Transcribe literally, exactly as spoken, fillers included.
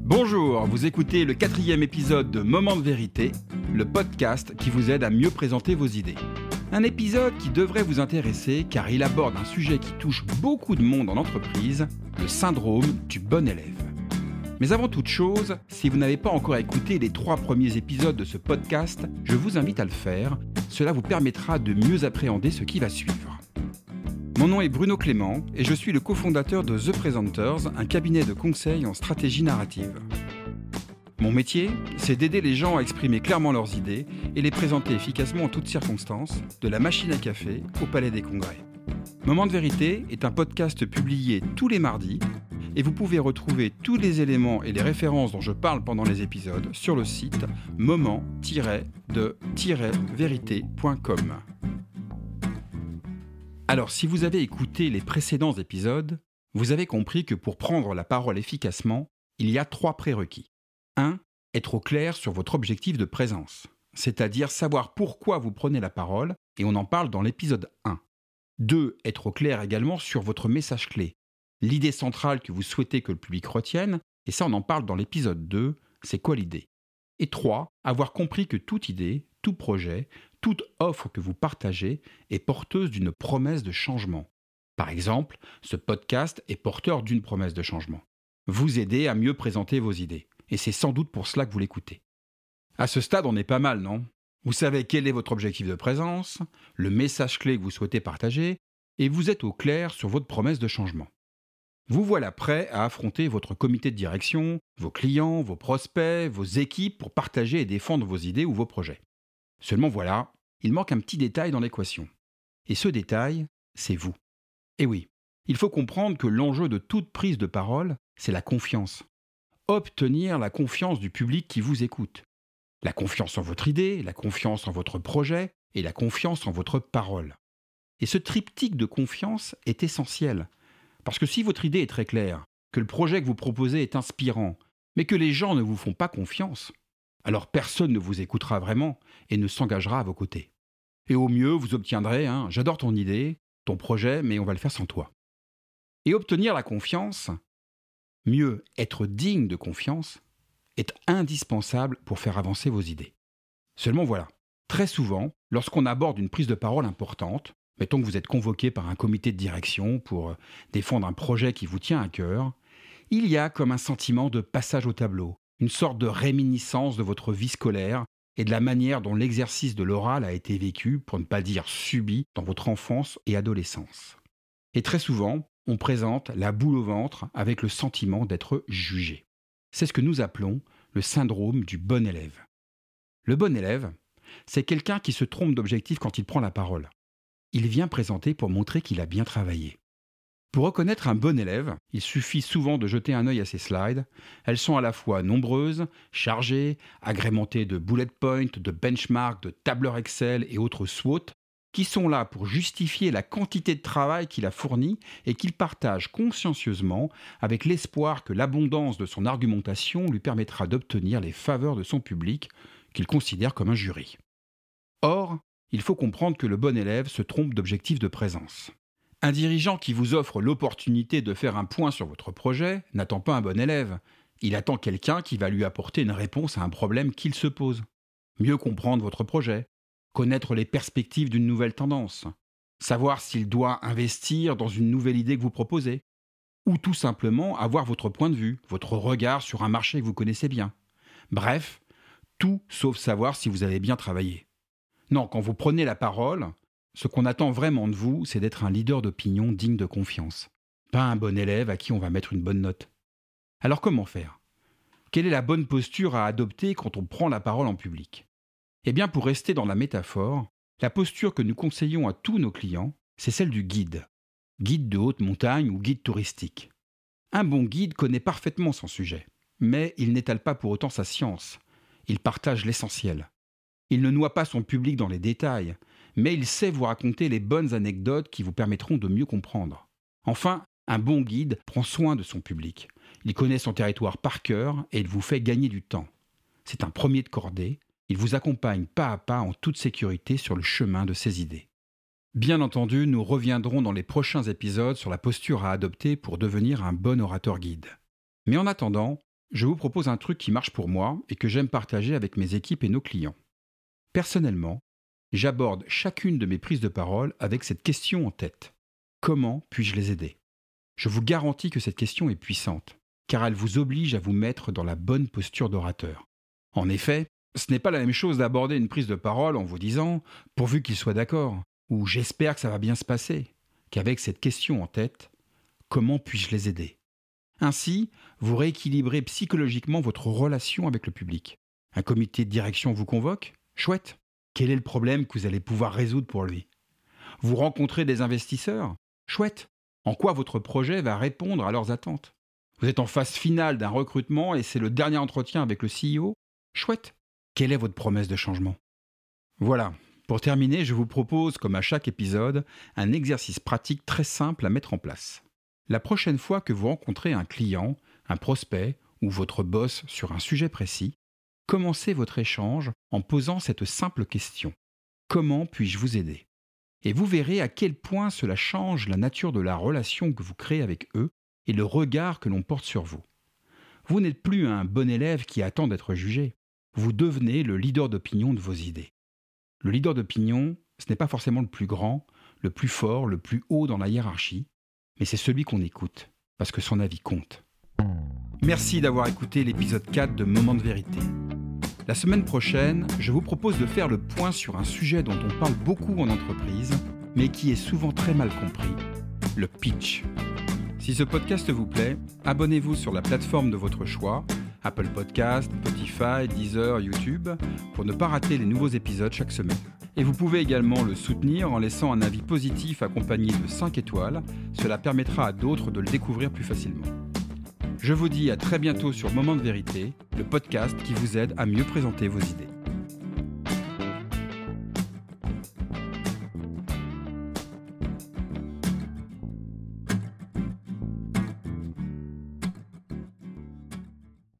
Bonjour, vous écoutez le quatrième épisode de Moment de vérité, le podcast qui vous aide à mieux présenter vos idées. Un épisode qui devrait vous intéresser car il aborde un sujet qui touche beaucoup de monde en entreprise, le syndrome du bon élève. Mais avant toute chose, si vous n'avez pas encore écouté les trois premiers épisodes de ce podcast, je vous invite à le faire, cela vous permettra de mieux appréhender ce qui va suivre. Mon nom est Bruno Clément et je suis le cofondateur de The Presenters, un cabinet de conseil en stratégie narrative. Mon métier, c'est d'aider les gens à exprimer clairement leurs idées et les présenter efficacement en toutes circonstances, de la machine à café au palais des congrès. Moment de vérité est un podcast publié tous les mardis et vous pouvez retrouver tous les éléments et les références dont je parle pendant les épisodes sur le site moment tiret de tiret vérité point com. Alors, si vous avez écouté les précédents épisodes, vous avez compris que pour prendre la parole efficacement, il y a trois prérequis. un. Être au clair sur votre objectif de présence, c'est-à-dire savoir pourquoi vous prenez la parole, et on en parle dans l'épisode un. deux. Être au clair également sur votre message clé, l'idée centrale que vous souhaitez que le public retienne, et ça on en parle dans l'épisode deux, c'est quoi l'idée ? Et trois. Avoir compris que toute idée, tout projet, toute offre que vous partagez est porteuse d'une promesse de changement. Par exemple, ce podcast est porteur d'une promesse de changement. Vous aider à mieux présenter vos idées. Et c'est sans doute pour cela que vous l'écoutez. À ce stade, on est pas mal, non ? Vous savez quel est votre objectif de présence, le message clé que vous souhaitez partager, et vous êtes au clair sur votre promesse de changement. Vous voilà prêt à affronter votre comité de direction, vos clients, vos prospects, vos équipes pour partager et défendre vos idées ou vos projets. Seulement voilà, il manque un petit détail dans l'équation. Et ce détail, c'est vous. Et oui, il faut comprendre que l'enjeu de toute prise de parole, c'est la confiance. Obtenir la confiance du public qui vous écoute. La confiance en votre idée, la confiance en votre projet et la confiance en votre parole. Et ce triptyque de confiance est essentiel. Parce que si votre idée est très claire, que le projet que vous proposez est inspirant, mais que les gens ne vous font pas confiance, alors personne ne vous écoutera vraiment et ne s'engagera à vos côtés. Et au mieux, vous obtiendrez un « j'adore ton idée, ton projet, mais on va le faire sans toi ». Et obtenir la confiance, mieux être digne de confiance, est indispensable pour faire avancer vos idées. Seulement voilà, très souvent, lorsqu'on aborde une prise de parole importante, mettons que vous êtes convoqué par un comité de direction pour défendre un projet qui vous tient à cœur, il y a comme un sentiment de passage au tableau, une sorte de réminiscence de votre vie scolaire et de la manière dont l'exercice de l'oral a été vécu, pour ne pas dire subi, dans votre enfance et adolescence. Et très souvent, on présente la boule au ventre avec le sentiment d'être jugé. C'est ce que nous appelons le syndrome du bon élève. Le bon élève, c'est quelqu'un qui se trompe d'objectif quand il prend la parole. Il vient présenter pour montrer qu'il a bien travaillé. Pour reconnaître un bon élève, il suffit souvent de jeter un œil à ses slides. Elles sont à la fois nombreuses, chargées, agrémentées de bullet points, de benchmarks, de tableurs Excel et autres SWOT, qui sont là pour justifier la quantité de travail qu'il a fourni et qu'il partage consciencieusement avec l'espoir que l'abondance de son argumentation lui permettra d'obtenir les faveurs de son public, qu'il considère comme un jury. Or, il faut comprendre que le bon élève se trompe d'objectif de présence. Un dirigeant qui vous offre l'opportunité de faire un point sur votre projet n'attend pas un bon élève. Il attend quelqu'un qui va lui apporter une réponse à un problème qu'il se pose. Mieux comprendre votre projet, connaître les perspectives d'une nouvelle tendance, savoir s'il doit investir dans une nouvelle idée que vous proposez, ou tout simplement avoir votre point de vue, votre regard sur un marché que vous connaissez bien. Bref, tout sauf savoir si vous avez bien travaillé. Non, quand vous prenez la parole, ce qu'on attend vraiment de vous, c'est d'être un leader d'opinion digne de confiance, pas un bon élève à qui on va mettre une bonne note. Alors comment faire ? Quelle est la bonne posture à adopter quand on prend la parole en public ? Eh bien, pour rester dans la métaphore, la posture que nous conseillons à tous nos clients, c'est celle du guide. Guide de haute montagne ou guide touristique. Un bon guide connaît parfaitement son sujet, mais il n'étale pas pour autant sa science. Il partage l'essentiel. Il ne noie pas son public dans les détails, mais il sait vous raconter les bonnes anecdotes qui vous permettront de mieux comprendre. Enfin, un bon guide prend soin de son public. Il connaît son territoire par cœur et il vous fait gagner du temps. C'est un premier de cordée. Il vous accompagne pas à pas en toute sécurité sur le chemin de ses idées. Bien entendu, nous reviendrons dans les prochains épisodes sur la posture à adopter pour devenir un bon orateur guide. Mais en attendant, je vous propose un truc qui marche pour moi et que j'aime partager avec mes équipes et nos clients. Personnellement, j'aborde chacune de mes prises de parole avec cette question en tête. Comment puis-je les aider ? Je vous garantis que cette question est puissante, car elle vous oblige à vous mettre dans la bonne posture d'orateur. En effet, ce n'est pas la même chose d'aborder une prise de parole en vous disant « pourvu qu'il soit d'accord » ou « j'espère que ça va bien se passer » qu'avec cette question en tête « comment puis-je les aider ?» Ainsi, vous rééquilibrez psychologiquement votre relation avec le public. Un comité de direction vous convoque ? Chouette. Quel est le problème que vous allez pouvoir résoudre pour lui ? Vous rencontrez des investisseurs ? Chouette. En quoi votre projet va répondre à leurs attentes ? Vous êtes en phase finale d'un recrutement et c'est le dernier entretien avec le C E O ? Chouette. Quelle est votre promesse de changement ? Voilà. Pour terminer, je vous propose, comme à chaque épisode, un exercice pratique très simple à mettre en place. La prochaine fois que vous rencontrez un client, un prospect ou votre boss sur un sujet précis, commencez votre échange en posant cette simple question. Comment puis-je vous aider ? Et vous verrez à quel point cela change la nature de la relation que vous créez avec eux et le regard que l'on porte sur vous. Vous n'êtes plus un bon élève qui attend d'être jugé. Vous devenez le leader d'opinion de vos idées. Le leader d'opinion, ce n'est pas forcément le plus grand, le plus fort, le plus haut dans la hiérarchie, mais c'est celui qu'on écoute, parce que son avis compte. Merci d'avoir écouté l'épisode quatre de Moment de vérité. La semaine prochaine, je vous propose de faire le point sur un sujet dont on parle beaucoup en entreprise, mais qui est souvent très mal compris, le pitch. Si ce podcast vous plaît, abonnez-vous sur la plateforme de votre choix, Apple Podcasts, Spotify, Deezer, YouTube, pour ne pas rater les nouveaux épisodes chaque semaine. Et vous pouvez également le soutenir en laissant un avis positif accompagné de cinq étoiles. Cela permettra à d'autres de le découvrir plus facilement. Je vous dis à très bientôt sur Moment de vérité, le podcast qui vous aide à mieux présenter vos idées.